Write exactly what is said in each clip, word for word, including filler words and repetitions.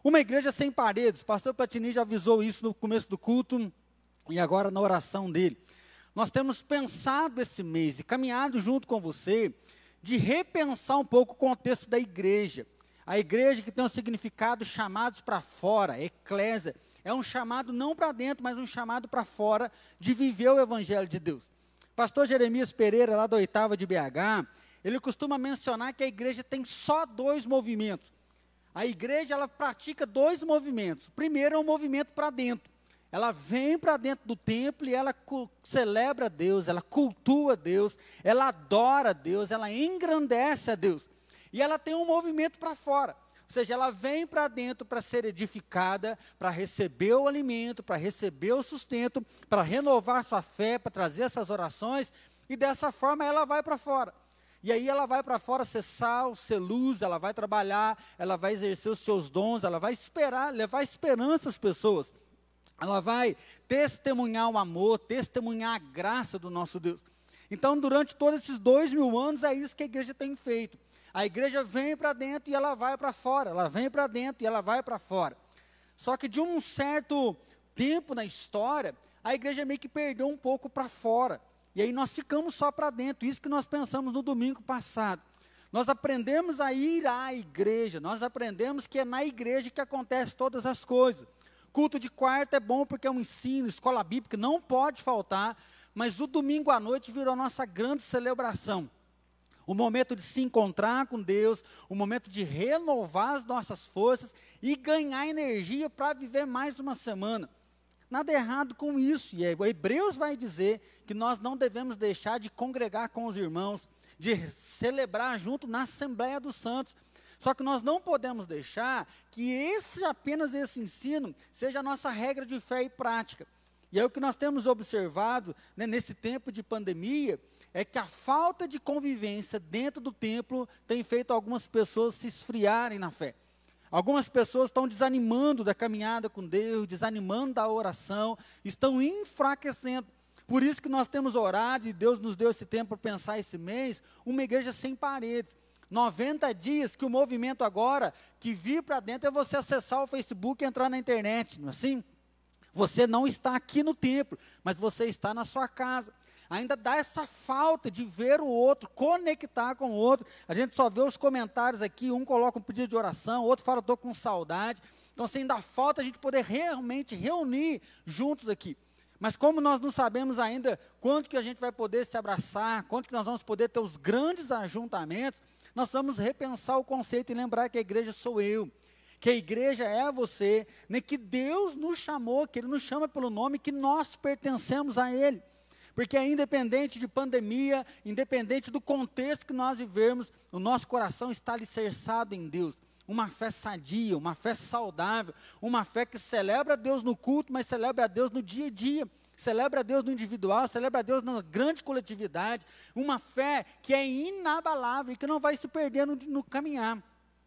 Uma igreja sem paredes. O pastor Platini já avisou isso no começo do culto e agora na oração dele. Nós temos pensado esse mês e caminhado junto com você de repensar um pouco o contexto da igreja. A igreja que tem um significado chamados para fora, eclésia, é um chamado não para dentro, mas um chamado para fora de viver o evangelho de Deus. Pastor Jeremias Pereira, lá da oitava de B H, ele costuma mencionar que a igreja tem só dois movimentos. A igreja, ela pratica dois movimentos. O primeiro é um movimento para dentro. Ela vem para dentro do templo e ela celebra Deus, ela cultua Deus, ela adora Deus, ela engrandece a Deus. E ela tem um movimento para fora. Ou seja, ela vem para dentro para ser edificada, para receber o alimento, para receber o sustento, para renovar sua fé, para trazer essas orações, e dessa forma ela vai para fora. E aí ela vai para fora ser sal, ser luz, ela vai trabalhar, ela vai exercer os seus dons, ela vai esperar, levar esperança às pessoas. Ela vai testemunhar o amor, testemunhar a graça do nosso Deus. Então, durante todos esses dois mil anos, é isso que a igreja tem feito. A igreja vem para dentro e ela vai para fora, ela vem para dentro e ela vai para fora. Só que de um certo tempo na história, a igreja meio que perdeu um pouco para fora. E aí nós ficamos só para dentro, isso que nós pensamos no domingo passado. Nós aprendemos a ir à igreja, nós aprendemos que é na igreja que acontece todas as coisas. Culto de quarta é bom porque é um ensino, escola bíblica, não pode faltar, mas o domingo à noite virou a nossa grande celebração. O momento de se encontrar com Deus, o momento de renovar as nossas forças e ganhar energia para viver mais uma semana. Nada errado com isso, e o Hebreus vai dizer que nós não devemos deixar de congregar com os irmãos, de celebrar junto na Assembleia dos Santos. Só que nós não podemos deixar que esse, apenas esse ensino seja a nossa regra de fé e prática. E aí o que nós temos observado, né, nesse tempo de pandemia, é que a falta de convivência dentro do templo tem feito algumas pessoas se esfriarem na fé. Algumas pessoas estão desanimando da caminhada com Deus, desanimando da oração, estão enfraquecendo. Por isso que nós temos orado, e Deus nos deu esse tempo para pensar esse mês, uma igreja sem paredes. noventa dias que o movimento agora, que vir para dentro, é você acessar o Facebook e entrar na internet, não é assim? Você não está aqui no templo, mas você está na sua casa. Ainda dá essa falta de ver o outro, conectar com o outro. A gente só vê os comentários aqui, um coloca um pedido de oração, o outro fala, estou com saudade. Então, assim, ainda falta a gente poder realmente reunir juntos aqui. Mas como nós não sabemos ainda quanto que a gente vai poder se abraçar, quanto que nós vamos poder ter os grandes ajuntamentos, nós vamos repensar o conceito e lembrar que a igreja sou eu, que a igreja é você, né, que Deus nos chamou, que Ele nos chama pelo nome, que nós pertencemos a Ele. Porque independente de pandemia, independente do contexto que nós vivemos, o nosso coração está alicerçado em Deus. Uma fé sadia, uma fé saudável, uma fé que celebra a Deus no culto, mas celebra a Deus no dia a dia. Celebra a Deus no individual, celebra a Deus na grande coletividade. Uma fé que é inabalável e que não vai se perder no, no caminhar.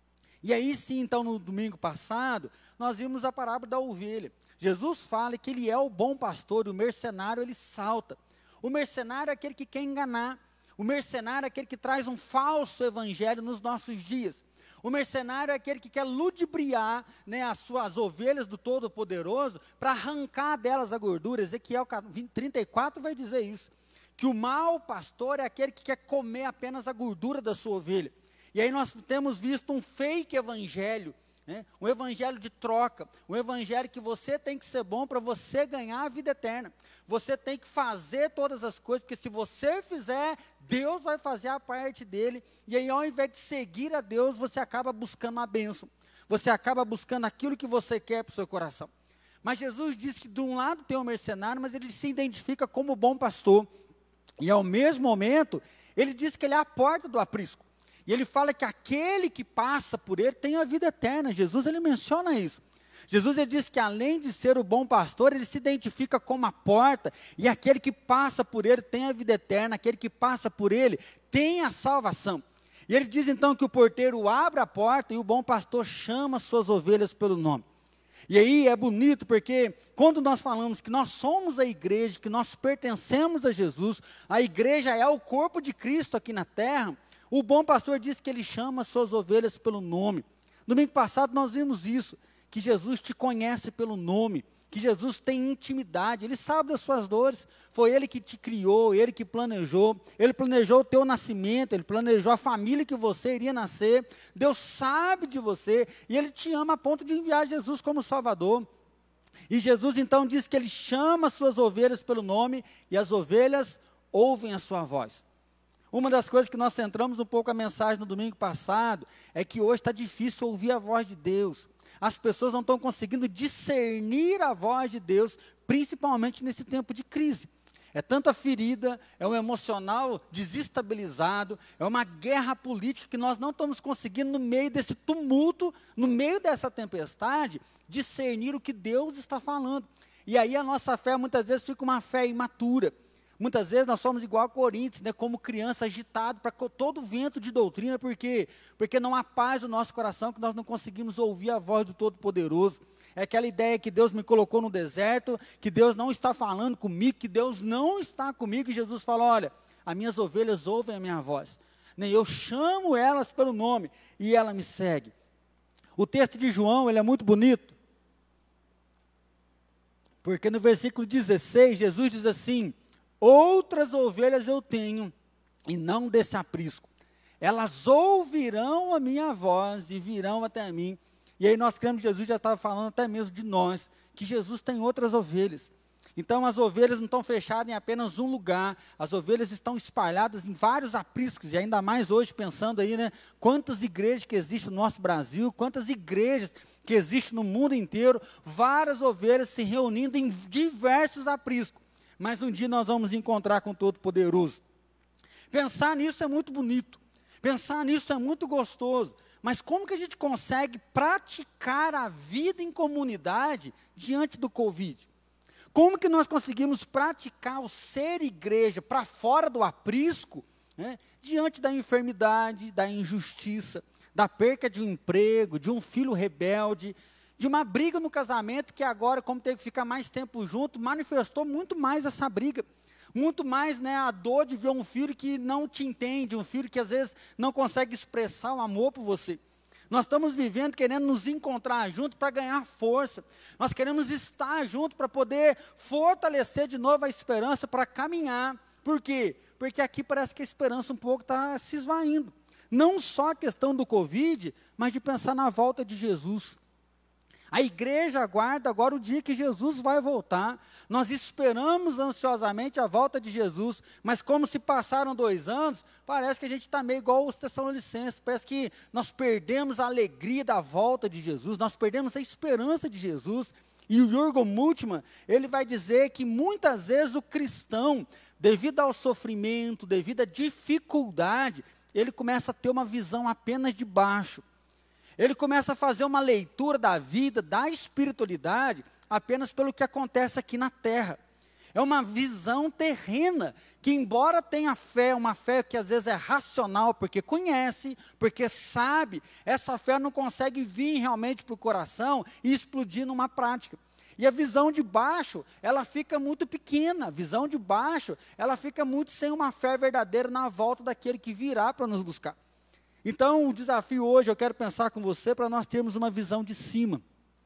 E aí sim, então, no domingo passado, nós vimos a parábola da ovelha. Jesus fala que Ele é o bom pastor e o mercenário, ele salta. O mercenário é aquele que quer enganar. O mercenário é aquele que traz um falso evangelho nos nossos dias. O mercenário é aquele que quer ludibriar, né, as suas ovelhas do Todo-Poderoso para arrancar delas a gordura. Ezequiel trinta e quatro vai dizer isso. Que o mau pastor é aquele que quer comer apenas a gordura da sua ovelha. E aí nós temos visto um fake evangelho. Né? Um evangelho de troca, um evangelho que você tem que ser bom para você ganhar a vida eterna. Você tem que fazer todas as coisas, porque se você fizer, Deus vai fazer a parte dele, e aí ao invés de seguir a Deus, você acaba buscando a bênção, você acaba buscando aquilo que você quer para o seu coração. Mas Jesus diz que de um lado tem o mercenário, mas ele se identifica como bom pastor, e ao mesmo momento, ele diz que ele é a porta do aprisco. E ele fala que aquele que passa por ele tem a vida eterna. Jesus, ele menciona isso. Jesus, ele diz que além de ser o bom pastor, ele se identifica como a porta, e aquele que passa por ele tem a vida eterna, aquele que passa por ele tem a salvação. E ele diz então que o porteiro abre a porta e o bom pastor chama suas ovelhas pelo nome. E aí é bonito porque quando nós falamos que nós somos a igreja, que nós pertencemos a Jesus, a igreja é o corpo de Cristo aqui na terra, o bom pastor diz que ele chama suas ovelhas pelo nome. Domingo passado nós vimos isso, que Jesus te conhece pelo nome, que Jesus tem intimidade, Ele sabe das suas dores, foi Ele que te criou, Ele que planejou, Ele planejou o teu nascimento, Ele planejou a família que você iria nascer, Deus sabe de você, e Ele te ama a ponto de enviar Jesus como Salvador. E Jesus então diz que Ele chama as suas ovelhas pelo nome, e as ovelhas ouvem a sua voz. Uma das coisas que nós centramos um pouco a mensagem no domingo passado, é que hoje está difícil ouvir a voz de Deus. As pessoas não estão conseguindo discernir a voz de Deus, principalmente nesse tempo de crise. É tanta ferida, é um emocional desestabilizado, é uma guerra política que nós não estamos conseguindo, no meio desse tumulto, no meio dessa tempestade, discernir o que Deus está falando. E aí a nossa fé muitas vezes fica uma fé imatura. Muitas vezes nós somos igual a Coríntios, né, como criança agitado para todo vento de doutrina, por quê? Porque não há paz no nosso coração, que nós não conseguimos ouvir a voz do Todo-Poderoso. É aquela ideia que Deus me colocou no deserto, que Deus não está falando comigo, que Deus não está comigo, e Jesus fala, olha, as minhas ovelhas ouvem a minha voz, né, eu chamo elas pelo nome, e ela me segue. O texto de João, ele é muito bonito, porque no versículo dezesseis, Jesus diz assim, outras ovelhas eu tenho, e não desse aprisco. Elas ouvirão a minha voz e virão até mim. E aí nós cremos que Jesus já estava falando até mesmo de nós, que Jesus tem outras ovelhas. Então as ovelhas não estão fechadas em apenas um lugar, as ovelhas estão espalhadas em vários apriscos, e ainda mais hoje pensando aí, né, quantas igrejas que existem no nosso Brasil, quantas igrejas que existem no mundo inteiro, várias ovelhas se reunindo em diversos apriscos. Mas um dia nós vamos encontrar com o Todo-Poderoso. Pensar nisso é muito bonito, pensar nisso é muito gostoso, mas como que a gente consegue praticar a vida em comunidade diante do Covid? Como que nós conseguimos praticar o ser igreja para fora do aprisco, né, diante da enfermidade, da injustiça, da perca de um emprego, de um filho rebelde, de uma briga no casamento que agora, como teve que ficar mais tempo junto, manifestou muito mais essa briga, muito mais, né, a dor de ver um filho que não te entende, um filho que às vezes não consegue expressar o amor por você. Nós estamos vivendo querendo nos encontrar juntos para ganhar força, nós queremos estar juntos para poder fortalecer de novo a esperança, para caminhar. Por quê? Porque aqui parece que a esperança um pouco está se esvaindo, não só a questão do Covid, mas de pensar na volta de Jesus. A igreja aguarda agora o dia que Jesus vai voltar. Nós esperamos ansiosamente a volta de Jesus, mas como se passaram dois anos, parece que a gente está meio igual os Tessalonicenses, parece que nós perdemos a alegria da volta de Jesus, nós perdemos a esperança de Jesus. E o Jürgen Moltmann, ele vai dizer que muitas vezes o cristão, devido ao sofrimento, devido à dificuldade, ele começa a ter uma visão apenas de baixo. Ele começa a fazer uma leitura da vida, da espiritualidade, apenas pelo que acontece aqui na terra. É uma visão terrena, que embora tenha fé, uma fé que às vezes é racional, porque conhece, porque sabe, essa fé não consegue vir realmente para o coração e explodir numa prática. E a visão de baixo, ela fica muito pequena, a visão de baixo, ela fica muito sem uma fé verdadeira na volta daquele que virá para nos buscar. Então, o desafio hoje, eu quero pensar com você, para nós termos uma visão de cima.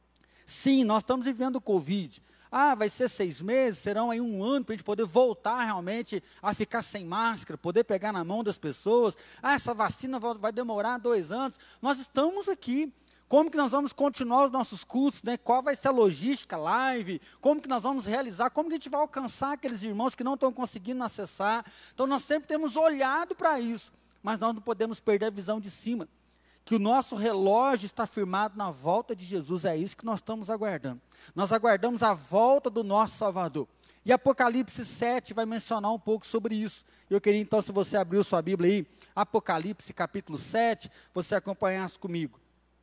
Sim, nós estamos vivendo o Covid. Ah, vai ser seis meses, serão aí um ano para a gente poder voltar realmente a ficar sem máscara, poder pegar na mão das pessoas. Ah, essa vacina vai demorar dois anos. Nós estamos aqui. Como que nós vamos continuar os nossos cultos, né? Qual vai ser a logística, live, como que nós vamos realizar, como que a gente vai alcançar aqueles irmãos que não estão conseguindo acessar. Então, nós sempre temos olhado para isso. Mas nós não podemos perder a visão de cima, que o nosso relógio está firmado na volta de Jesus, é isso que nós estamos aguardando. Nós aguardamos a volta do nosso Salvador. E Apocalipse sete vai mencionar um pouco sobre isso. Eu queria então, se você abriu sua Bíblia aí, Apocalipse capítulo sete, você acompanhasse comigo.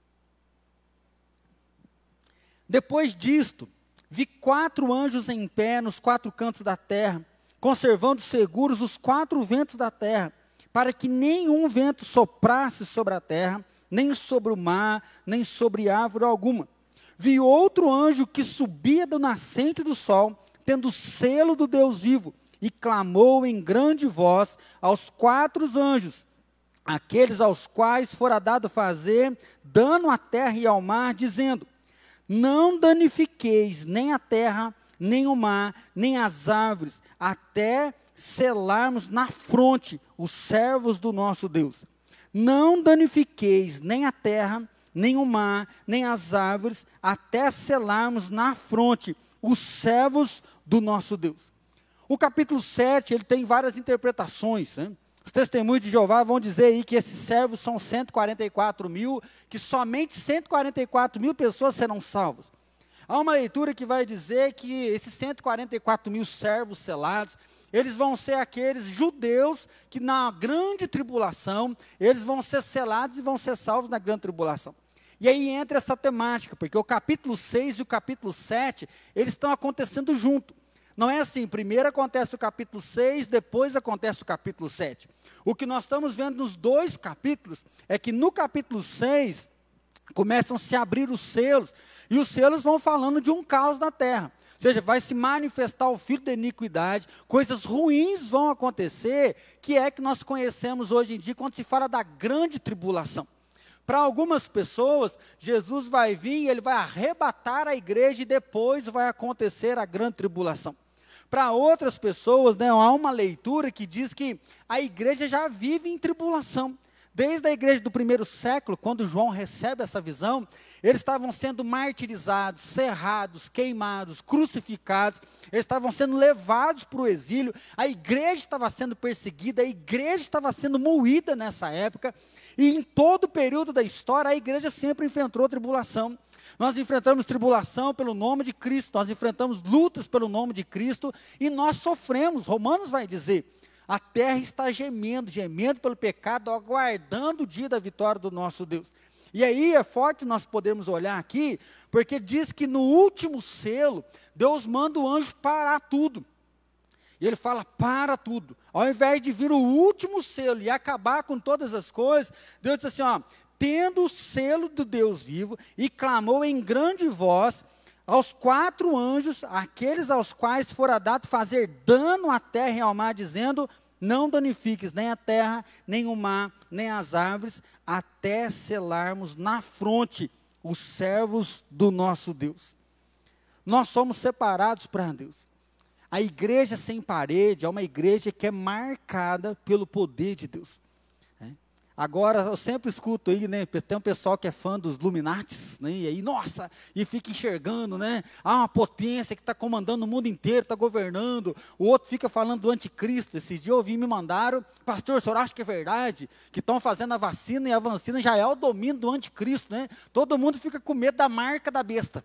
Depois disto, vi quatro anjos em pé nos quatro cantos da terra, conservando seguros os quatro ventos da terra, para que nenhum vento soprasse sobre a terra, nem sobre o mar, nem sobre árvore alguma. Vi outro anjo que subia do nascente do sol, tendo o selo do Deus vivo, e clamou em grande voz aos quatro anjos aqueles aos quais fora dado fazer dano à terra e ao mar, dizendo: não danifiqueis nem a terra, nem o mar, nem as árvores, até selarmos na fronte os servos do nosso Deus. Não danifiqueis nem a terra, nem o mar, nem as árvores, até selarmos na fronte os servos do nosso Deus. O capítulo sete, ele tem várias interpretações, né? Os testemunhos de Jeová vão dizer aí que esses servos são cento e quarenta e quatro mil, que somente cento e quarenta e quatro mil pessoas serão salvas. Há uma leitura que vai dizer que esses cento e quarenta e quatro mil servos selados, eles vão ser aqueles judeus que na grande tribulação, eles vão ser selados e vão ser salvos na grande tribulação. E aí entra essa temática, porque o capítulo seis e o capítulo sete, eles estão acontecendo junto. Não é assim, primeiro acontece o capítulo seis, depois acontece o capítulo sete. O que nós estamos vendo nos dois capítulos, é que no capítulo seis, começam a se abrir os selos, e os selos vão falando de um caos na terra. Ou seja, vai se manifestar o filho da iniquidade, coisas ruins vão acontecer, que é que nós conhecemos hoje em dia, quando se fala da grande tribulação. Para algumas pessoas, Jesus vai vir e ele vai arrebatar a igreja e depois vai acontecer a grande tribulação. Para outras pessoas, né, há uma leitura que diz que a igreja já vive em tribulação. Desde a igreja do primeiro século, quando João recebe essa visão, eles estavam sendo martirizados, serrados, queimados, crucificados, eles estavam sendo levados para o exílio, a igreja estava sendo perseguida, a igreja estava sendo moída nessa época, e em todo o período da história, a igreja sempre enfrentou tribulação. Nós enfrentamos tribulação pelo nome de Cristo, nós enfrentamos lutas pelo nome de Cristo, e nós sofremos. Romanos vai dizer: a terra está gemendo, gemendo pelo pecado, aguardando o dia da vitória do nosso Deus. E aí é forte nós podermos olhar aqui, porque diz que no último selo, Deus manda o anjo parar tudo. E ele fala: para tudo. Ao invés de vir o último selo e acabar com todas as coisas, Deus diz assim, ó: tendo o selo do Deus vivo, e clamou em grande voz aos quatro anjos, aqueles aos quais fora dado fazer dano à terra e ao mar, dizendo: não danifiques nem a terra, nem o mar, nem as árvores, até selarmos na fronte os servos do nosso Deus. Nós somos separados para Deus. A igreja sem parede é uma igreja que é marcada pelo poder de Deus. Agora, eu sempre escuto aí, né, tem um pessoal que é fã dos Illuminatis, né, e aí, nossa, e fica enxergando, né, há uma potência que está comandando o mundo inteiro, está governando, o outro fica falando do anticristo. Esses dias eu ouvi, me mandaram: pastor, o senhor acha que é verdade, que estão fazendo a vacina e a vacina já é o domínio do anticristo, né, todo mundo fica com medo da marca da besta.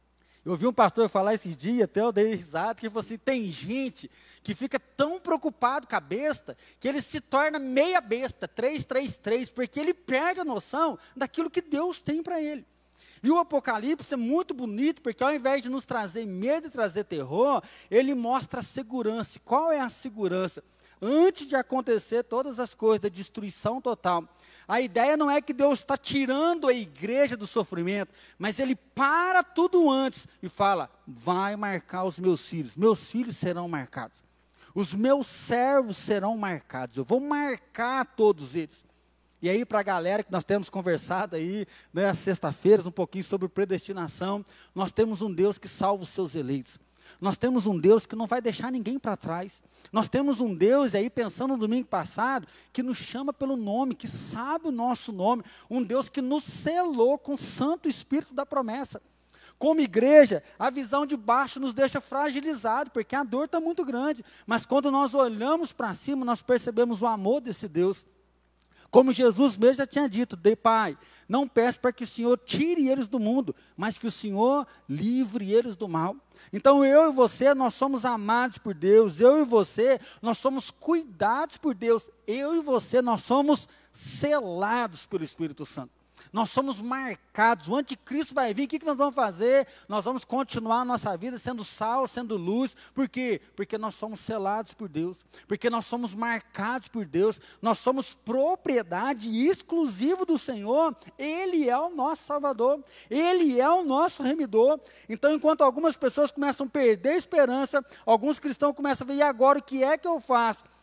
Eu ouvi um pastor falar esses dias, até eu dei risada, que falou assim: tem gente que fica tão preocupado com a besta, que ele se torna meia besta, três três três, porque ele perde a noção daquilo que Deus tem para ele. E o Apocalipse é muito bonito, porque ao invés de nos trazer medo e trazer terror, ele mostra a segurança. E qual é a segurança? Antes de acontecer todas as coisas, da destruição total, a ideia não é que Deus está tirando a igreja do sofrimento, mas Ele para tudo antes e fala: vai marcar os meus filhos, meus filhos serão marcados, os meus servos serão marcados, eu vou marcar todos eles. E aí, para a galera que nós temos conversado aí, né, às sexta-feiras, um pouquinho sobre predestinação, nós temos um Deus que salva os seus eleitos. Nós temos um Deus que não vai deixar ninguém para trás. Nós temos um Deus, aí pensando no domingo passado, que nos chama pelo nome, que sabe o nosso nome. Um Deus que nos selou com o Santo Espírito da promessa. Como igreja, a visão de baixo nos deixa fragilizados, porque a dor está muito grande. Mas quando nós olhamos para cima, nós percebemos o amor desse Deus. Como Jesus mesmo já tinha dito: de Pai, não peço para que o Senhor tire eles do mundo, mas que o Senhor livre eles do mal. Então eu e você, nós somos amados por Deus, eu e você, nós somos cuidados por Deus, eu e você, nós somos selados pelo Espírito Santo. Nós somos marcados. O anticristo vai vir, o que, que nós vamos fazer? Nós vamos continuar a nossa vida sendo sal, sendo luz. Por quê? Porque nós somos selados por Deus, porque nós somos marcados por Deus, nós somos propriedade exclusiva do Senhor. Ele é o nosso Salvador, Ele é o nosso remidor. Então, enquanto algumas pessoas começam a perder a esperança, alguns cristãos começam a ver: e agora o que é que eu faço?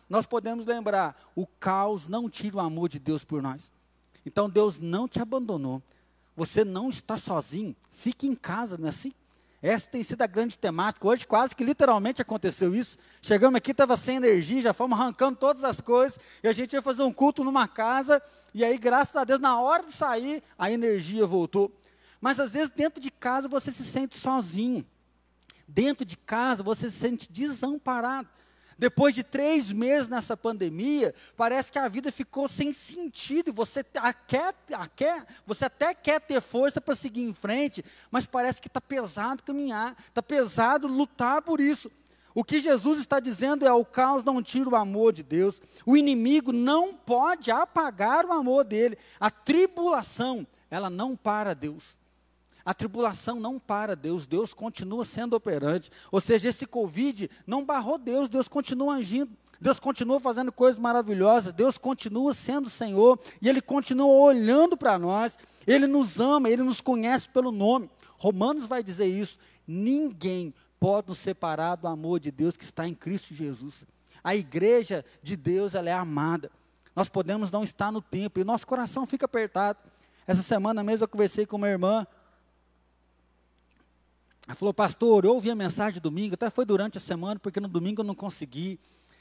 nós podemos lembrar, o caos não tira o amor de Deus por nós. Então Deus não te abandonou. Você não está sozinho. Fique em casa, não é assim? Essa tem sido a grande temática. Hoje quase que literalmente aconteceu isso. Chegamos aqui, estava sem energia, já fomos arrancando todas as coisas, e a gente ia fazer um culto numa casa, e aí, graças a Deus, na hora de sair, a energia voltou. Mas às vezes dentro de casa você se sente sozinho. Dentro de casa você se sente desamparado. Depois de três meses nessa pandemia, parece que a vida ficou sem sentido, e você, quer, quer, você até quer ter força para seguir em frente, mas parece que está pesado caminhar, está pesado lutar por isso. O que Jesus está dizendo é: o caos não tira o amor de Deus, o inimigo não pode apagar o amor dele, a tribulação, ela não para Deus. A tribulação não para Deus, Deus continua sendo operante. Ou seja, esse Covid não barrou Deus, Deus continua agindo, Deus continua fazendo coisas maravilhosas, Deus continua sendo Senhor, e Ele continua olhando para nós, Ele nos ama, Ele nos conhece pelo nome. Romanos vai dizer isso: ninguém pode nos separar do amor de Deus que está em Cristo Jesus. A igreja de Deus, ela é amada. Nós podemos não estar no templo, e nosso coração fica apertado. Essa semana mesmo eu conversei com uma irmã. Ela falou: pastor, eu ouvi a mensagem de domingo, até foi durante a semana, porque no domingo eu não consegui.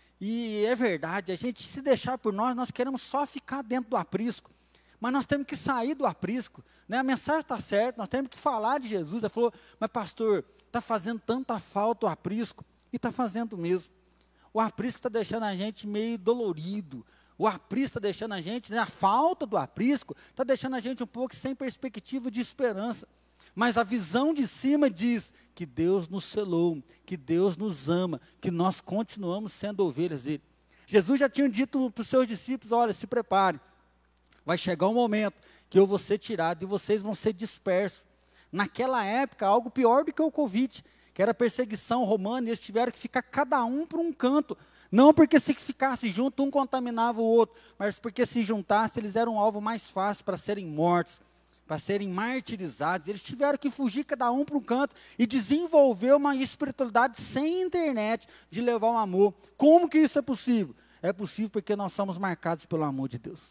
E é verdade, a gente, se deixar por nós, nós queremos só ficar dentro do aprisco. Mas nós temos que sair do aprisco, né? A mensagem está certa, nós temos que falar de Jesus. Ela falou: mas pastor, está fazendo tanta falta o aprisco. E está fazendo mesmo. O aprisco está deixando a gente meio dolorido. O aprisco está deixando a gente, né, a falta do aprisco, está deixando a gente um pouco sem perspectiva de esperança. Mas a visão de cima diz que Deus nos selou, que Deus nos ama, que nós continuamos sendo ovelhas dele. Jesus já tinha dito para os seus discípulos: olha, se preparem, vai chegar um momento que eu vou ser tirado e vocês vão ser dispersos. Naquela época, algo pior do que o Covid, que era perseguição romana, e eles tiveram que ficar cada um para um canto. Não porque se ficasse junto, um contaminava o outro, mas porque se juntasse, eles eram um alvo mais fácil para serem mortos, para serem martirizados. Eles tiveram que fugir cada um para um canto e desenvolver uma espiritualidade sem internet, de levar o amor. Como que isso é possível? É possível porque nós somos marcados pelo amor de Deus.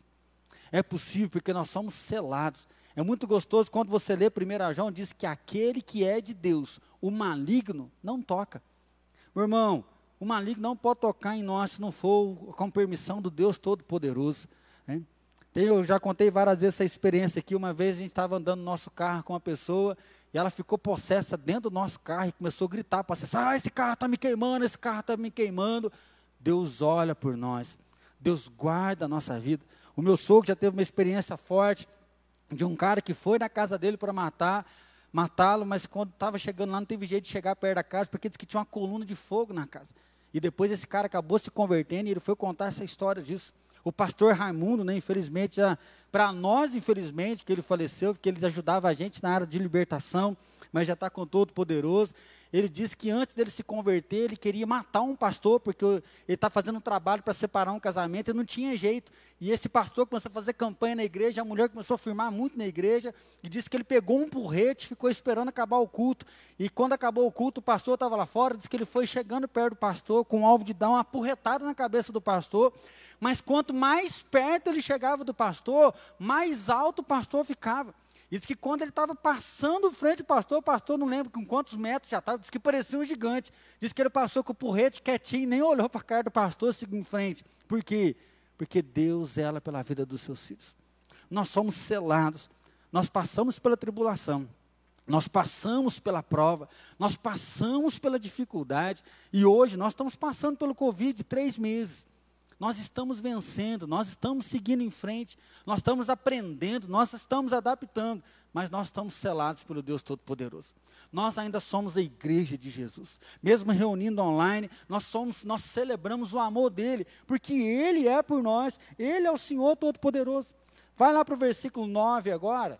É possível porque nós somos selados. É muito gostoso quando você lê primeiro João, diz que aquele que é de Deus, o maligno, não toca. Meu irmão, o maligno não pode tocar em nós se não for com permissão do Deus Todo-Poderoso, né? Eu já contei várias vezes essa experiência aqui. Uma vez a gente estava andando no nosso carro com uma pessoa, e ela ficou possessa dentro do nosso carro, e começou a gritar, possessa: ah, esse carro está me queimando, esse carro está me queimando. Deus olha por nós, Deus guarda a nossa vida. O meu sogro já teve uma experiência forte, de um cara que foi na casa dele para matar, matá-lo, mas quando estava chegando lá, não teve jeito de chegar perto da casa, porque disse que tinha uma coluna de fogo na casa. E depois esse cara acabou se convertendo, e ele foi contar essa história disso. O pastor Raimundo, né, infelizmente, para nós, infelizmente, que ele faleceu, porque ele ajudava a gente na área de libertação, mas já está com Todo-Poderoso. Ele disse que antes dele se converter, ele queria matar um pastor, porque ele está fazendo um trabalho para separar um casamento, e não tinha jeito. E esse pastor começou a fazer campanha na igreja, a mulher começou a firmar muito na igreja, e disse que ele pegou um porrete, ficou esperando acabar o culto, e quando acabou o culto, o pastor estava lá fora, disse que ele foi chegando perto do pastor, com o alvo de dar uma porretada na cabeça do pastor, mas quanto mais perto ele chegava do pastor, mais alto o pastor ficava. E diz que quando ele estava passando frente do pastor, o pastor, não lembro com quantos metros já estava, diz que parecia um gigante. Diz que ele passou com o porrete quietinho, nem olhou para a cara do pastor, seguiu em frente. Por quê? Porque Deus zela pela vida dos seus filhos. Nós somos selados, nós passamos pela tribulação, nós passamos pela prova, nós passamos pela dificuldade, e hoje nós estamos passando pelo Covid três meses. Nós estamos vencendo, nós estamos seguindo em frente, nós estamos aprendendo, nós estamos adaptando, mas nós estamos selados pelo Deus Todo-Poderoso. Nós ainda somos a igreja de Jesus. Mesmo reunindo online, nós, somos, nós celebramos o amor dele, porque ele é por nós, ele é o Senhor Todo-Poderoso. Vai lá para o versículo nove agora.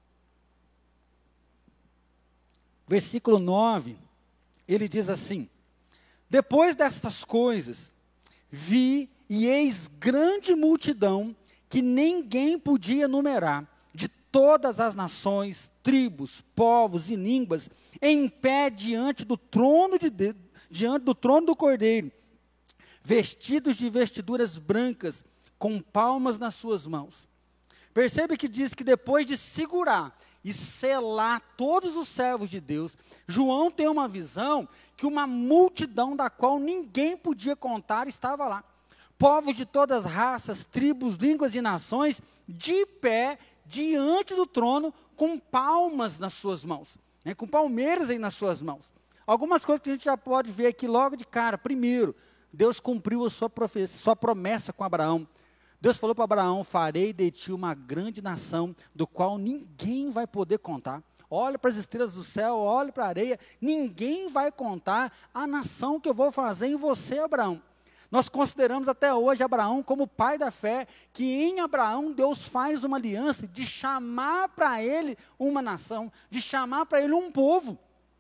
Versículo nove, ele diz assim: depois destas coisas, vi e eis grande multidão, que ninguém podia numerar, de todas as nações, tribos, povos e línguas, em pé diante do trono de Deus, diante do trono do Cordeiro, vestidos de vestiduras brancas, com palmas nas suas mãos. Percebe que diz que depois de segurar e selar todos os servos de Deus, João tem uma visão que uma multidão da qual ninguém podia contar estava lá. Povos de todas as raças, tribos, línguas e nações, de pé, diante do trono, com palmas nas suas mãos, né, com palmeiras aí nas suas mãos. Algumas coisas que a gente já pode ver aqui logo de cara. Primeiro, Deus cumpriu a sua, profecia, sua promessa com Abraão. Deus falou para Abraão: farei de ti uma grande nação, do qual ninguém vai poder contar. Olha para as estrelas do céu, olha para a areia, ninguém vai contar a nação que eu vou fazer em você, Abraão. Nós consideramos até hoje Abraão como pai da fé, que em Abraão Deus faz uma aliança de chamar para ele uma nação, de chamar para ele um povo.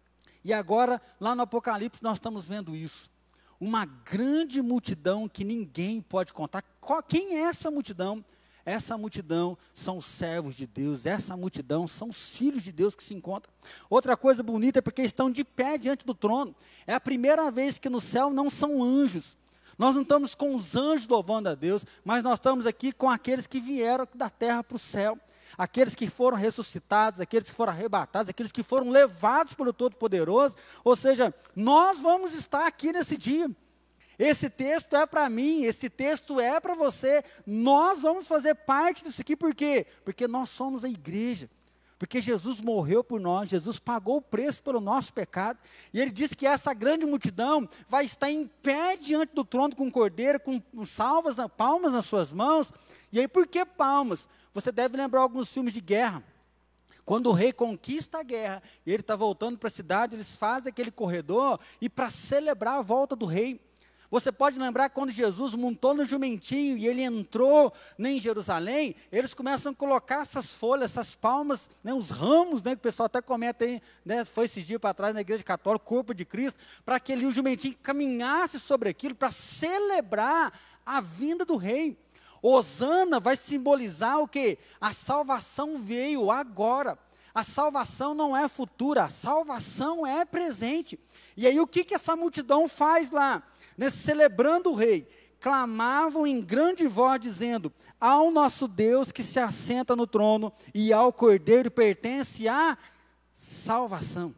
E agora, lá no Apocalipse, nós estamos vendo isso. Uma grande multidão que ninguém pode contar. Qual, quem é essa multidão? Essa multidão são os servos de Deus, essa multidão são os filhos de Deus que se encontram. Outra coisa bonita é porque estão de pé diante do trono. É a primeira vez que no céu não são anjos. Nós não estamos com os anjos louvando a Deus, mas nós estamos aqui com aqueles que vieram da terra para o céu. Aqueles que foram ressuscitados, aqueles que foram arrebatados, aqueles que foram levados pelo Todo-Poderoso. Ou seja, nós vamos estar aqui nesse dia. Esse texto é para mim, esse texto é para você. Nós vamos fazer parte disso aqui, por quê? Porque nós somos a igreja. Porque Jesus morreu por nós, Jesus pagou o preço pelo nosso pecado, e Ele disse que essa grande multidão vai estar em pé diante do trono com o cordeiro, com salvas, palmas nas suas mãos. E aí, por que palmas? Você deve lembrar alguns filmes de guerra. Quando o rei conquista a guerra, e ele está voltando para a cidade, eles fazem aquele corredor, e para celebrar a volta do rei. Você pode lembrar quando Jesus montou no jumentinho e ele entrou, né, em Jerusalém, eles começam a colocar essas folhas, essas palmas, né, os ramos, né, que o pessoal até comenta aí, né, foi esse dia para trás na igreja católica, corpo de Cristo, para que ali o jumentinho caminhasse sobre aquilo, para celebrar a vinda do rei. Hosana vai simbolizar o quê? A salvação veio agora. A salvação não é futura, a salvação é presente. E aí o que, que essa multidão faz lá? Nesse, celebrando o rei, clamavam em grande voz, dizendo: ao nosso Deus que se assenta no trono e ao Cordeiro pertence a salvação.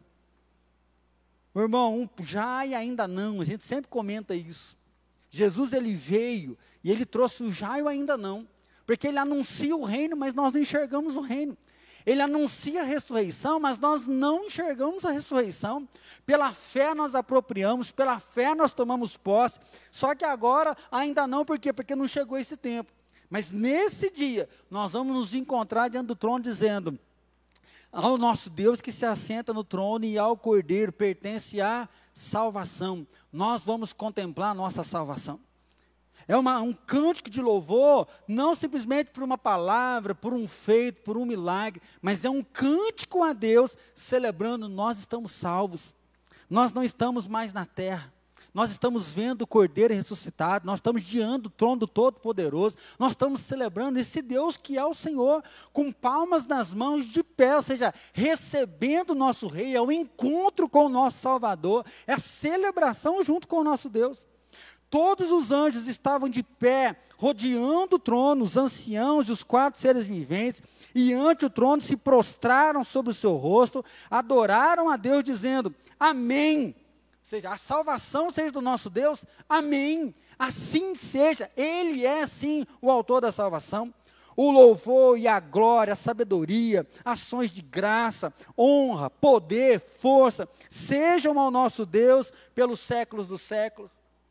Meu irmão, um já e ainda não, a gente sempre comenta isso. Jesus, ele veio e ele trouxe o já e o ainda não, porque ele anuncia o reino, mas nós não enxergamos o reino. Ele anuncia a ressurreição, mas nós não enxergamos a ressurreição. Pela fé nós apropriamos, pela fé nós tomamos posse, só que agora ainda não, por quê? Porque não chegou esse tempo. Mas nesse dia, nós vamos nos encontrar diante do trono dizendo: ao nosso Deus que se assenta no trono e ao Cordeiro pertence a salvação. Nós vamos contemplar a nossa salvação. É uma, um cântico de louvor, não simplesmente por uma palavra, por um feito, por um milagre, mas é um cântico a Deus, celebrando: nós estamos salvos, nós não estamos mais na terra, nós estamos vendo o Cordeiro ressuscitado, nós estamos diante do trono do Todo-Poderoso, nós estamos celebrando esse Deus que é o Senhor, com palmas nas mãos, de pé, ou seja, recebendo o nosso Rei, é o encontro com o nosso Salvador, é a celebração junto com o nosso Deus. Todos os anjos estavam de pé, rodeando o trono, os anciãos e os quatro seres viventes, e ante o trono se prostraram sobre o seu rosto, adoraram a Deus, dizendo: amém. Ou seja, a salvação seja do nosso Deus, amém. Assim seja, Ele é sim o autor da salvação. O louvor e a glória, a sabedoria, ações de graça, honra, poder, força, sejam ao nosso Deus pelos séculos dos séculos.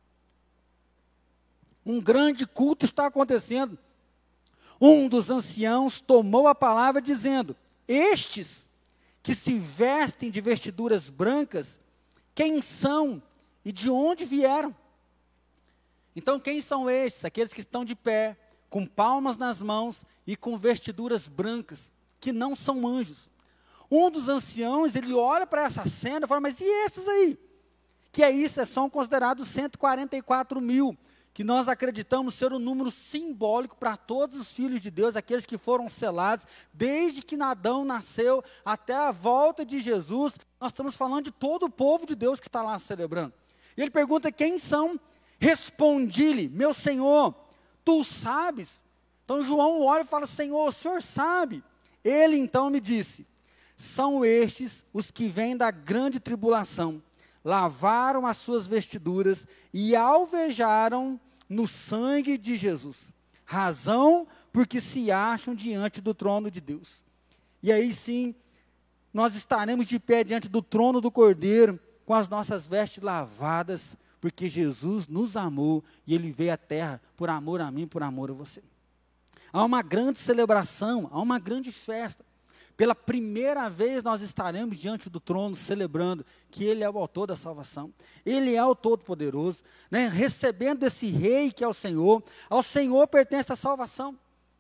Um grande culto está acontecendo. Um dos anciãos tomou a palavra dizendo: estes que se vestem de vestiduras brancas, quem são e de onde vieram? Então, quem são estes? Aqueles que estão de pé, com palmas nas mãos e com vestiduras brancas, que não são anjos. Um dos anciãos, ele olha para essa cena e fala: mas e esses aí? Que é isso? São considerados cento e quarenta e quatro mil, que nós acreditamos ser um número simbólico para todos os filhos de Deus, aqueles que foram selados, desde que Adão nasceu até a volta de Jesus. Nós estamos falando de todo o povo de Deus que está lá celebrando. E ele pergunta: quem são? Respondi-lhe, meu Senhor, tu sabes. Então João olha e fala, Senhor, o Senhor sabe. Ele então me disse, são estes os que vêm da grande tribulação, lavaram as suas vestiduras e alvejaram no sangue de Jesus, razão porque se acham diante do trono de Deus. E aí sim, nós estaremos de pé diante do trono do Cordeiro, com as nossas vestes lavadas, porque Jesus nos amou e Ele veio à terra por amor a mim, por amor a você. Há uma grande celebração, há uma grande festa. Pela primeira vez nós estaremos diante do trono celebrando que Ele é o autor da salvação. Ele é o Todo-Poderoso, né? Recebendo esse rei que é o Senhor. Ao Senhor pertence a salvação.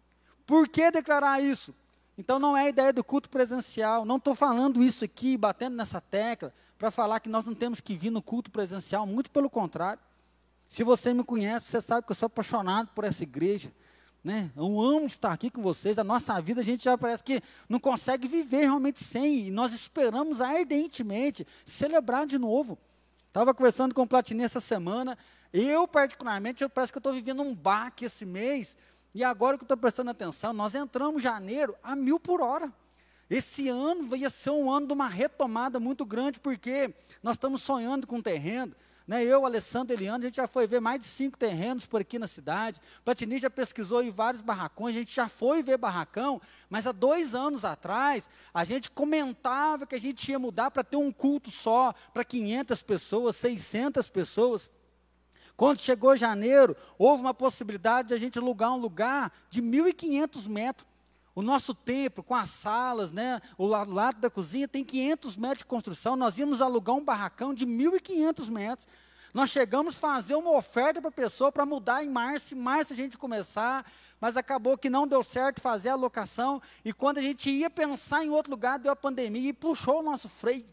Por que declarar isso? Então não é a ideia do culto presencial. Não estou falando isso aqui, batendo nessa tecla, para falar que nós não temos que vir no culto presencial. Muito pelo contrário. Se você me conhece, você sabe que eu sou apaixonado por essa igreja. Né? Eu amo estar aqui com vocês. A nossa vida a gente já parece que não consegue viver realmente sem, e nós esperamos ardentemente celebrar de novo. Estava conversando com o Platini essa semana, eu particularmente, eu parece que eu estou vivendo um baque esse mês, e agora que eu estou prestando atenção, nós entramos em janeiro a mil por hora. Esse ano ia ser um ano de uma retomada muito grande, porque nós estamos sonhando com um terreno. Né, eu, Alessandro, Eliane, a gente já foi ver mais de cinco terrenos por aqui na cidade. Platini já pesquisou em vários barracões, a gente já foi ver barracão, mas há dois anos atrás, a gente comentava que a gente ia mudar para ter um culto só, para quinhentas pessoas, seiscentas pessoas. Quando chegou janeiro, houve uma possibilidade de a gente alugar um lugar de mil e quinhentos metros. O nosso templo, com as salas, né, o lado da cozinha, tem quinhentos metros de construção. Nós íamos alugar um barracão de mil e quinhentos metros. Nós chegamos a fazer uma oferta para a pessoa para mudar em março, em março a gente começar, mas acabou que não deu certo fazer a locação, e quando a gente ia pensar em outro lugar, deu a pandemia e puxou o nosso freio.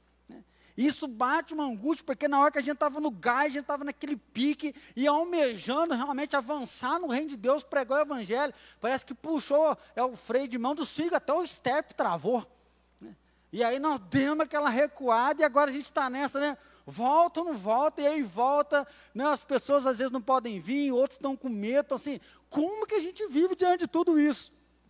Isso bate uma angústia, porque na hora que a gente estava no gás, a gente estava naquele pique, e almejando realmente avançar no reino de Deus, pregar o evangelho, parece que puxou é, o freio de mão do filhos, até o step travou. Né? E aí nós demos aquela recuada, e agora a gente está nessa, né? Volta ou não volta, e aí volta, né? As pessoas às vezes não podem vir, outros estão com medo, então, assim, como que a gente vive diante de tudo isso?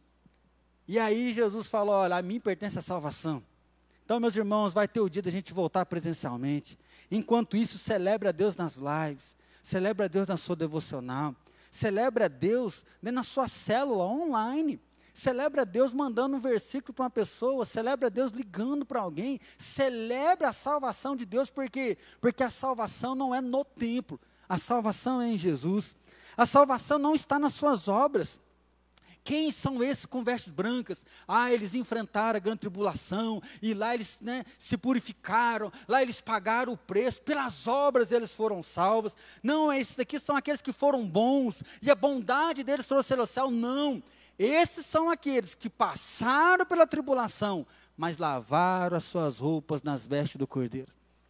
E aí Jesus falou, olha, a mim pertence a salvação. Então, meus irmãos, vai ter o dia da gente voltar presencialmente. Enquanto isso, celebre a Deus nas lives, celebre a Deus na sua devocional, celebre a Deus, né, na sua célula online, celebre a Deus mandando um versículo para uma pessoa, celebre a Deus ligando para alguém, celebre a salvação de Deus, por quê? Porque a salvação não é no templo, a salvação é em Jesus. A salvação não está nas suas obras. Quem são esses com vestes brancas? Ah, eles enfrentaram a grande tribulação, e lá eles, né, se purificaram, lá eles pagaram o preço, pelas obras eles foram salvos. Não, esses aqui são aqueles que foram bons, e a bondade deles trouxe ao céu. Não, esses são aqueles que passaram pela tribulação, mas lavaram as suas roupas nas vestes do Cordeiro.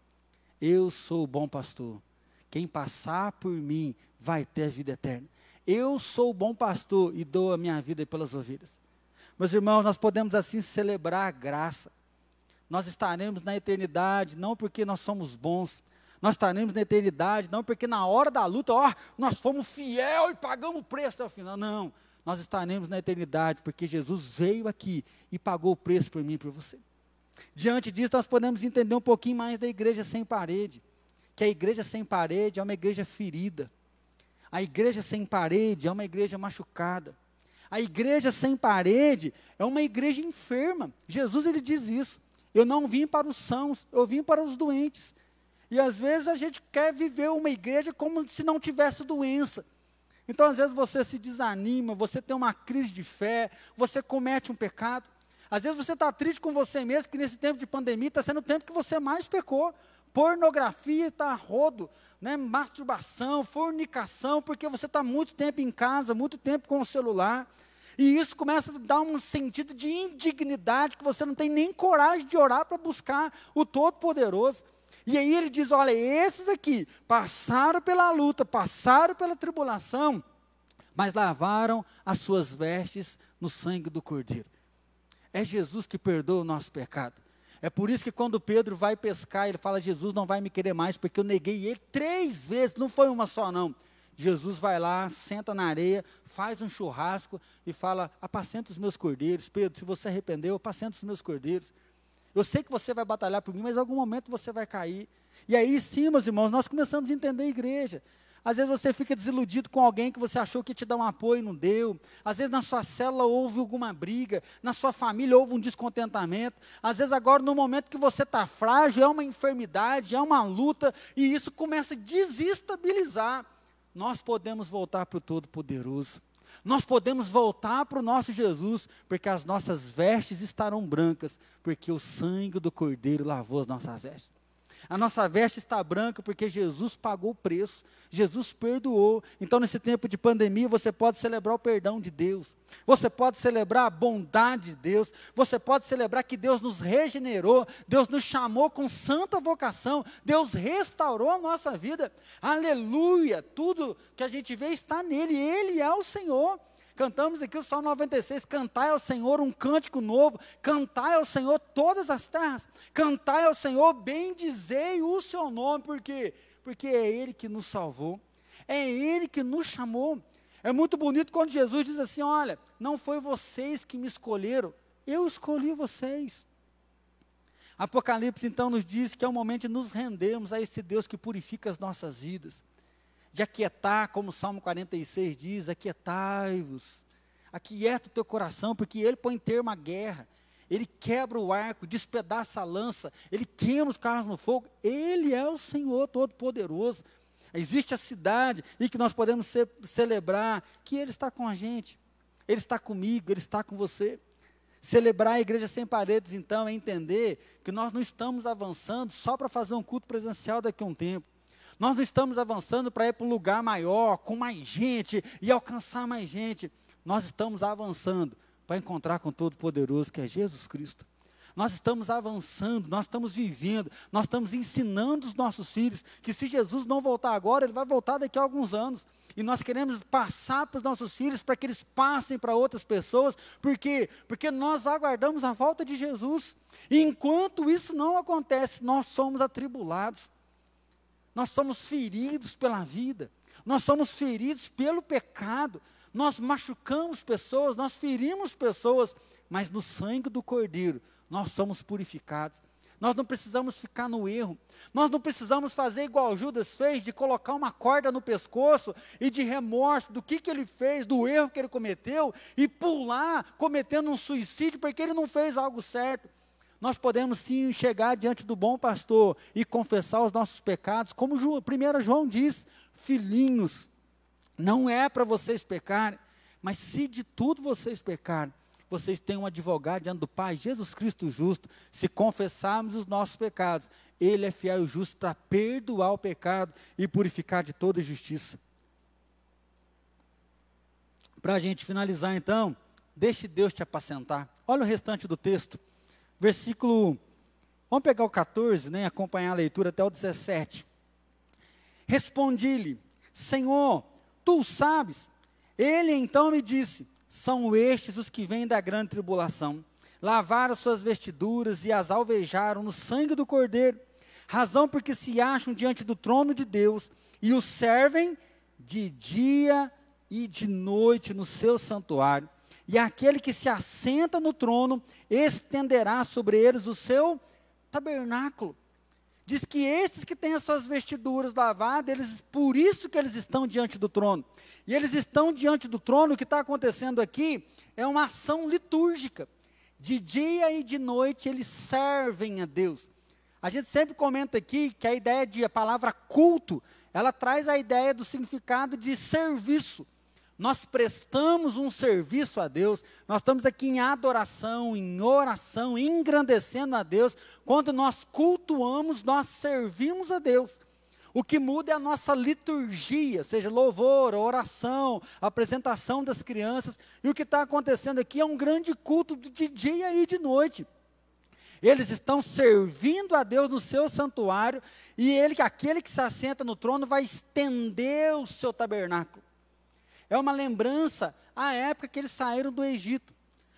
Eu sou o bom pastor, quem passar por mim vai ter a vida eterna. Eu sou o bom pastor e dou a minha vida pelas ovelhas. Meus irmãos, nós podemos assim celebrar a graça. Nós estaremos na eternidade, não porque nós somos bons. Nós estaremos na eternidade, não porque na hora da luta, ó, nós fomos fiel e pagamos o preço até o final. Não, nós estaremos na eternidade, porque Jesus veio aqui e pagou o preço por mim e por você. Diante disso, nós podemos entender um pouquinho mais da igreja sem parede. Que a igreja sem parede é uma igreja ferida. A igreja sem parede é uma igreja machucada. A igreja sem parede é uma igreja enferma. Jesus, ele diz isso. Eu não vim para os sãos, eu vim para os doentes. E às vezes a gente quer viver uma igreja como se não tivesse doença. Então às vezes você se desanima, você tem uma crise de fé, você comete um pecado. Às vezes você está triste com você mesmo, que nesse tempo de pandemia está sendo o tempo que você mais pecou. Pornografia está a rodo, né? Masturbação, fornicação, porque você está muito tempo em casa, muito tempo com o celular, e isso começa a dar um sentido de indignidade, que você não tem nem coragem de orar para buscar o Todo-Poderoso. E aí ele diz, olha, esses aqui passaram pela luta, passaram pela tribulação, mas lavaram as suas vestes no sangue do Cordeiro. É Jesus que perdoa o nosso pecado. É por isso que quando Pedro vai pescar, ele fala, Jesus não vai me querer mais, porque eu neguei ele três vezes, não foi uma só não. Jesus vai lá, senta na areia, faz um churrasco e fala, apacenta os meus cordeiros. Pedro, se você arrependeu, apacenta os meus cordeiros. Eu sei que você vai batalhar por mim, mas em algum momento você vai cair. E aí sim, meus irmãos, nós começamos a entender a igreja. Às vezes você fica desiludido com alguém que você achou que te dá um apoio e não deu. Às vezes na sua célula houve alguma briga, na sua família houve um descontentamento. Às vezes agora no momento que você está frágil, é uma enfermidade, é uma luta, e isso começa a desestabilizar. Nós podemos voltar para o Todo-Poderoso. Nós podemos voltar para o nosso Jesus, porque as nossas vestes estarão brancas, porque o sangue do Cordeiro lavou as nossas vestes. A nossa veste está branca porque Jesus pagou o preço, Jesus perdoou. Então, nesse tempo de pandemia, você pode celebrar o perdão de Deus, você pode celebrar a bondade de Deus, você pode celebrar que Deus nos regenerou, Deus nos chamou com santa vocação, Deus restaurou a nossa vida. Aleluia! Tudo que a gente vê está nele, Ele é o Senhor. Cantamos aqui o Salmo noventa e seis, cantai ao Senhor um cântico novo, cantai ao Senhor todas as terras, cantai ao Senhor, bendizei o seu nome, por quê? Porque é Ele que nos salvou, é Ele que nos chamou. É muito bonito quando Jesus diz assim, olha, não foi vocês que me escolheram, eu escolhi vocês. Apocalipse então nos diz que é o momento de nos rendermos a esse Deus que purifica as nossas vidas, de aquietar, como o Salmo quarenta e seis diz, aquietai-vos, aquieta o teu coração, porque Ele põe termo à guerra, Ele quebra o arco, despedaça a lança, Ele queima os carros no fogo, Ele é o Senhor Todo-Poderoso. Existe a cidade em que nós podemos ce- celebrar que Ele está com a gente, Ele está comigo, Ele está com você. Celebrar a igreja sem paredes, então, é entender que nós não estamos avançando só para fazer um culto presencial daqui a um tempo. Nós não estamos avançando para ir para um lugar maior, com mais gente, e alcançar mais gente. Nós estamos avançando para encontrar com o Todo-Poderoso, que é Jesus Cristo. Nós estamos avançando, nós estamos vivendo, nós estamos ensinando os nossos filhos, que se Jesus não voltar agora, Ele vai voltar daqui a alguns anos. E nós queremos passar para os nossos filhos, para que eles passem para outras pessoas. Por quê? Porque nós aguardamos a volta de Jesus. E enquanto isso não acontece, nós somos atribulados. Nós somos feridos pela vida, nós somos feridos pelo pecado, nós machucamos pessoas, nós ferimos pessoas, mas no sangue do Cordeiro nós somos purificados. Nós não precisamos ficar no erro, nós não precisamos fazer igual Judas fez, de colocar uma corda no pescoço e de remorso do que, que ele fez, do erro que ele cometeu, e pular cometendo um suicídio porque ele não fez algo certo. Nós podemos sim chegar diante do bom pastor e confessar os nossos pecados, como primeiro João diz, filhinhos, não é para vocês pecarem, mas se de tudo vocês pecarem, vocês têm um advogado diante do Pai, Jesus Cristo justo. Se confessarmos os nossos pecados, Ele é fiel e justo para perdoar o pecado e purificar de toda justiça. Para a gente finalizar então, deixe Deus te apacentar. Olha o restante do texto. Versículo, vamos pegar o quatorze, né, acompanhar a leitura até o dezessete. Respondi-lhe, Senhor, tu sabes. Ele então me disse, são estes os que vêm da grande tribulação, lavaram suas vestiduras e as alvejaram no sangue do Cordeiro, razão porque se acham diante do trono de Deus e o servem de dia e de noite no seu santuário. E aquele que se assenta no trono estenderá sobre eles o seu tabernáculo. Diz que esses que têm as suas vestiduras lavadas, eles, por isso que eles estão diante do trono. E eles estão diante do trono, o que está acontecendo aqui é uma ação litúrgica. De dia e de noite eles servem a Deus. A gente sempre comenta aqui que a ideia de, a palavra culto, ela traz a ideia do significado de serviço. Nós prestamos um serviço a Deus, nós estamos aqui em adoração, em oração, engrandecendo a Deus. Quando nós cultuamos, nós servimos a Deus. O que muda é a nossa liturgia, seja louvor, oração, apresentação das crianças. E o que está acontecendo aqui é um grande culto de dia e de noite. Eles estão servindo a Deus no seu santuário, e ele, aquele que se assenta no trono vai estender o seu tabernáculo. É uma lembrança à época que eles saíram do Egito.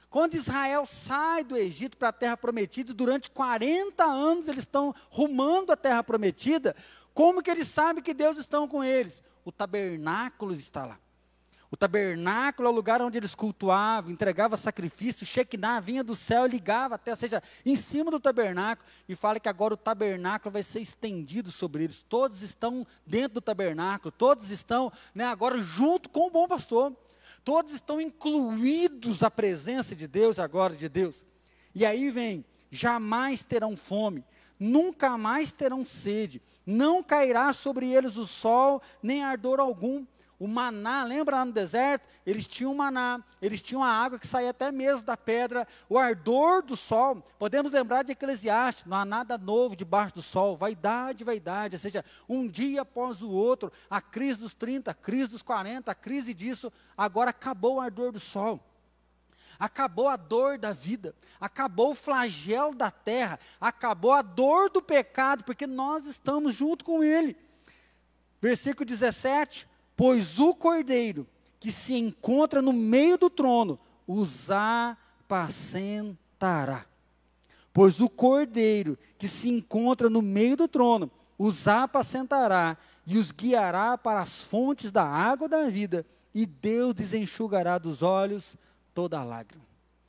Quando Israel sai do Egito para a terra prometida, durante quarenta anos eles estão rumando a terra prometida, como que eles sabem que Deus está com eles? O tabernáculo está lá. O tabernáculo é o lugar onde eles cultuavam, entregavam sacrifício, Shekinah vinha do céu e ligava até, ou seja, em cima do tabernáculo, e fala que agora o tabernáculo vai ser estendido sobre eles, todos estão dentro do tabernáculo, todos estão, né, agora junto com o bom pastor, todos estão incluídos à presença de Deus, a glória de Deus. E aí vem, jamais terão fome, nunca mais terão sede, não cairá sobre eles o sol, nem ardor algum. O maná, lembra lá no deserto? Eles tinham maná, eles tinham a água que saía até mesmo da pedra, o ardor do sol. Podemos lembrar de Eclesiastes, não há nada novo debaixo do sol, vaidade, vaidade, ou seja, um dia após o outro, a crise dos trinta, a crise dos quarenta, a crise disso, agora acabou o ardor do sol. Acabou a dor da vida, acabou o flagelo da terra, acabou a dor do pecado, porque nós estamos junto com ele. Versículo dezessete, pois o cordeiro que se encontra no meio do trono os apacentará. Pois o cordeiro que se encontra no meio do trono os apacentará e os guiará para as fontes da água da vida, e Deus desenxugará dos olhos toda a lágrima.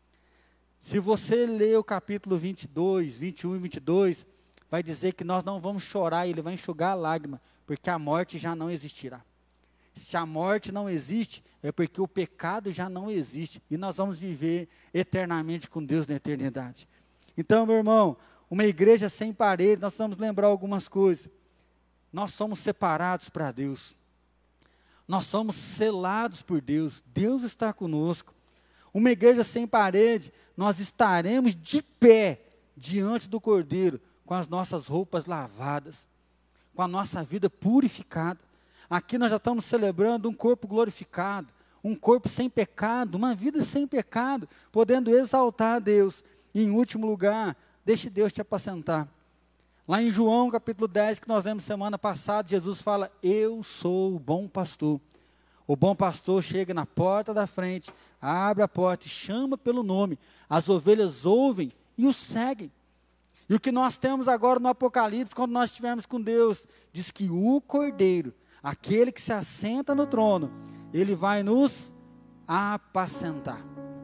Se você ler o capítulo vinte e dois, vinte e um e vinte e dois, vai dizer que nós não vamos chorar, ele vai enxugar a lágrima, porque a morte já não existirá. Se a morte não existe, é porque o pecado já não existe, e nós vamos viver eternamente com Deus na eternidade. Então, meu irmão, uma igreja sem parede, nós precisamos lembrar algumas coisas. Nós somos separados para Deus. Nós somos selados por Deus. Deus está conosco. Uma igreja sem parede, nós estaremos de pé diante do Cordeiro, com as nossas roupas lavadas, com a nossa vida purificada. Aqui nós já estamos celebrando um corpo glorificado, um corpo sem pecado, uma vida sem pecado, podendo exaltar a Deus. E em último lugar, deixe Deus te apacentar. Lá em João capítulo dez, que nós lemos semana passada, Jesus fala, eu sou o bom pastor. O bom pastor chega na porta da frente, abre a porta e chama pelo nome. As ovelhas ouvem e o seguem. E o que nós temos agora no Apocalipse, quando nós estivermos com Deus, diz que o Cordeiro, aquele que se assenta no trono, ele vai nos apacentar.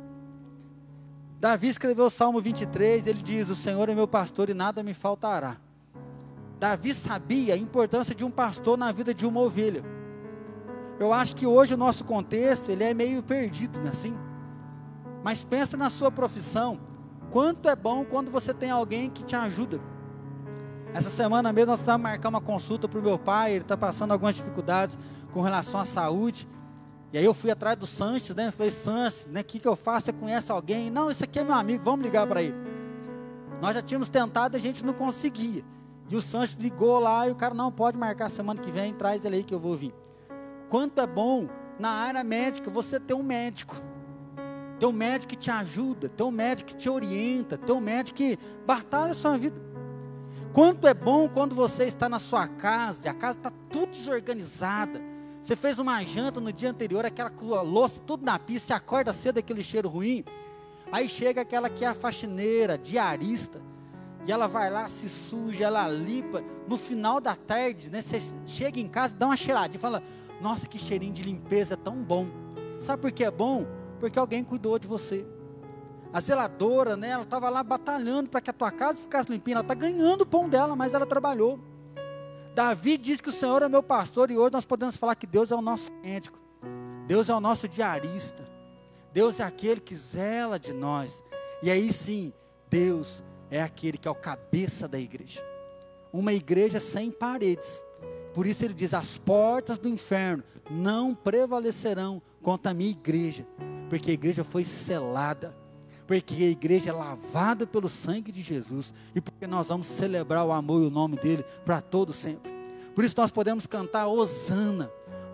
Davi escreveu o Salmo vinte e três, ele diz, o Senhor é meu pastor e nada me faltará. Davi sabia a importância de um pastor na vida de uma ovelha. Eu acho que hoje o nosso contexto, ele é meio perdido, não é assim? Mas pensa na sua profissão, quanto é bom quando você tem alguém que te ajuda. Essa semana mesmo nós precisamos marcar uma consulta para o meu pai, ele está passando algumas dificuldades com relação à saúde. E aí eu fui atrás do Sanches, né? Falei, Sanches, né? O que, que eu faço? Você conhece alguém? Não, esse aqui é meu amigo, vamos ligar para ele. Nós já tínhamos tentado e a gente não conseguia. E o Sanches ligou lá e o cara, não, pode marcar semana que vem, traz ele aí que eu vou vir. Quanto é bom na área médica você ter um médico. Ter um médico que te ajuda, ter um médico que te orienta, ter um médico que batalha a sua vida. Quanto é bom quando você está na sua casa, e a casa está tudo desorganizada, você fez uma janta no dia anterior, aquela louça tudo na pia, você acorda cedo, aquele cheiro ruim, aí chega aquela que é a faxineira, diarista, e ela vai lá, se suja, ela limpa, no final da tarde, né, você chega em casa, dá uma cheiradinha, fala, nossa, que cheirinho de limpeza tão bom. Sabe por que é bom? Porque alguém cuidou de você. A zeladora, né, ela estava lá batalhando para que a tua casa ficasse limpinha, ela está ganhando o pão dela, mas ela trabalhou. Davi diz que o Senhor é meu pastor, e hoje nós podemos falar que Deus é o nosso médico, Deus é o nosso diarista, Deus é aquele que zela de nós, e aí sim, Deus é aquele que é o cabeça da igreja, uma igreja sem paredes. Por isso ele diz, as portas do inferno não prevalecerão contra a minha igreja, porque a igreja foi selada, porque a igreja é lavada pelo sangue de Jesus, e porque nós vamos celebrar o amor e o nome dele para todo sempre. Por isso nós podemos cantar Hosana,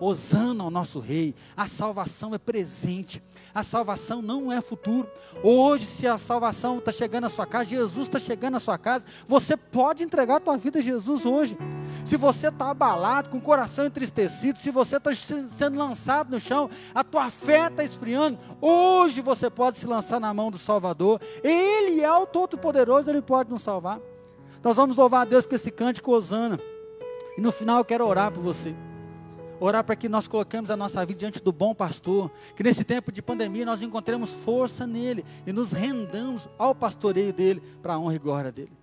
hosana ao nosso rei. A salvação é presente, a salvação não é futuro. Hoje, se a salvação está chegando à sua casa, Jesus está chegando à sua casa, você pode entregar a tua vida a Jesus hoje. Se você está abalado, com o coração entristecido, se você está sendo lançado no chão, a tua fé está esfriando, hoje você pode se lançar na mão do Salvador. Ele é o Todo-Poderoso, Ele pode nos salvar. Nós vamos louvar a Deus com esse cântico hosana. E no final eu quero orar por você. Orar para que nós coloquemos a nossa vida diante do bom pastor. Que nesse tempo de pandemia nós encontremos força nele. E nos rendamos ao pastoreio dele, para a honra e glória dele.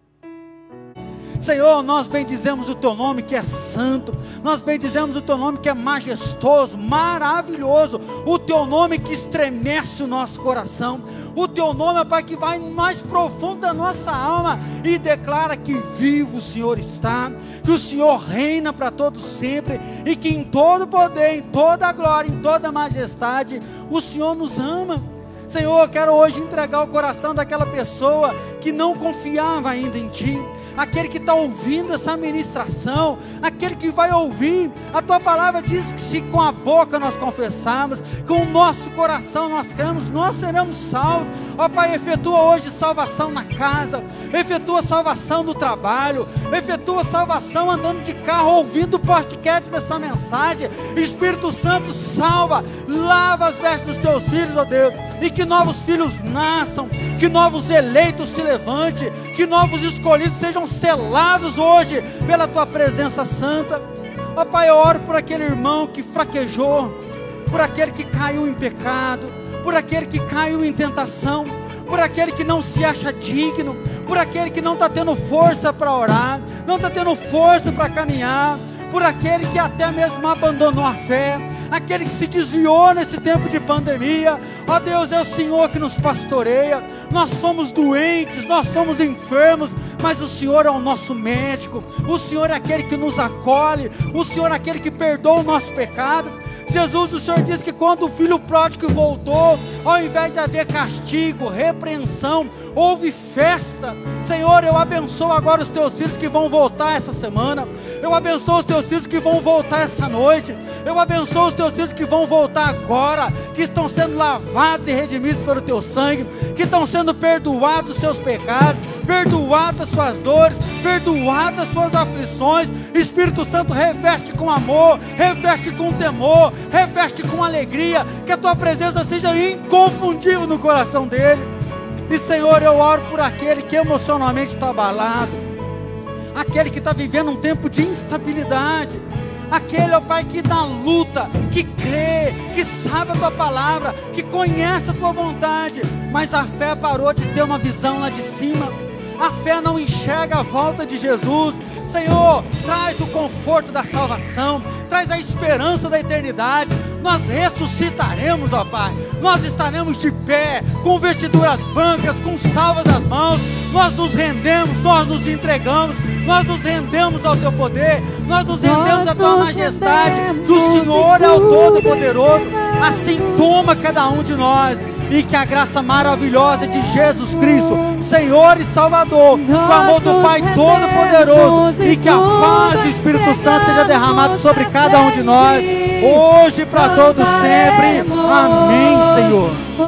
Senhor, nós bendizemos o Teu nome que é santo, nós bendizemos o Teu nome que é majestoso, maravilhoso, o Teu nome que estremece o nosso coração, o Teu nome, Pai, que vai mais profundo da nossa alma e declara que vivo o Senhor está, que o Senhor reina para todos sempre e que em todo poder, em toda glória, em toda majestade, o Senhor nos ama. Senhor, eu quero hoje entregar o coração daquela pessoa que não confiava ainda em Ti, aquele que está ouvindo essa ministração, aquele que vai ouvir. A Tua palavra diz que se com a boca nós confessarmos, com o nosso coração nós cremos, nós seremos salvos. Ó Pai, efetua hoje salvação na casa, efetua salvação no trabalho, efetua salvação andando de carro, ouvindo o podcast dessa mensagem. Espírito Santo, salva, lava as vestes dos Teus filhos, ó Deus, e que novos filhos nasçam, que novos eleitos se levantem, que novos escolhidos sejam selados hoje pela Tua presença santa. Ó Pai, eu oro por aquele irmão que fraquejou, por aquele que caiu em pecado, por aquele que caiu em tentação, por aquele que não se acha digno, por aquele que não está tendo força para orar, não está tendo força para caminhar, por aquele que até mesmo abandonou a fé, aquele que se desviou nesse tempo de pandemia. Ó Deus, é o Senhor que nos pastoreia. Nós somos doentes, nós somos enfermos, mas o Senhor é o nosso médico, o Senhor é aquele que nos acolhe, o Senhor é aquele que perdoa o nosso pecado. Jesus, o Senhor disse que quando o filho pródigo voltou, ao invés de haver castigo, repreensão, houve festa. Senhor, eu abençoo agora os Teus filhos que vão voltar essa semana, eu abençoo os Teus filhos que vão voltar essa noite, eu abençoo os Teus filhos que vão voltar agora, que estão sendo lavados e redimidos pelo Teu sangue, que estão sendo perdoados os seus pecados, perdoadas as suas dores, perdoadas as suas aflições. Espírito Santo, reveste com amor, reveste com temor, reveste com alegria, que a Tua presença seja inconfundível no coração dele. E Senhor, eu oro por aquele que emocionalmente está abalado, aquele que está vivendo um tempo de instabilidade, aquele, ó Pai, que na luta, que crê, que sabe a Tua palavra, que conhece a Tua vontade, mas a fé parou de ter uma visão lá de cima, a fé não enxerga a volta de Jesus. Senhor, traz o conforto da salvação, traz a esperança da eternidade. Nós ressuscitaremos, ó Pai, nós estaremos de pé, com vestiduras brancas, com salvas nas mãos. Nós nos rendemos, nós nos entregamos, nós nos rendemos ao Teu poder, nós nos rendemos à Tua majestade. O Senhor é o Todo-Poderoso. Assim toma cada um de nós, e que a graça maravilhosa de Jesus Cristo, Senhor e Salvador, com o amor do Pai Todo-Poderoso, e que a paz do Espírito Santo seja derramada sobre cada um de nós, hoje e para todos sempre. Amém, Senhor.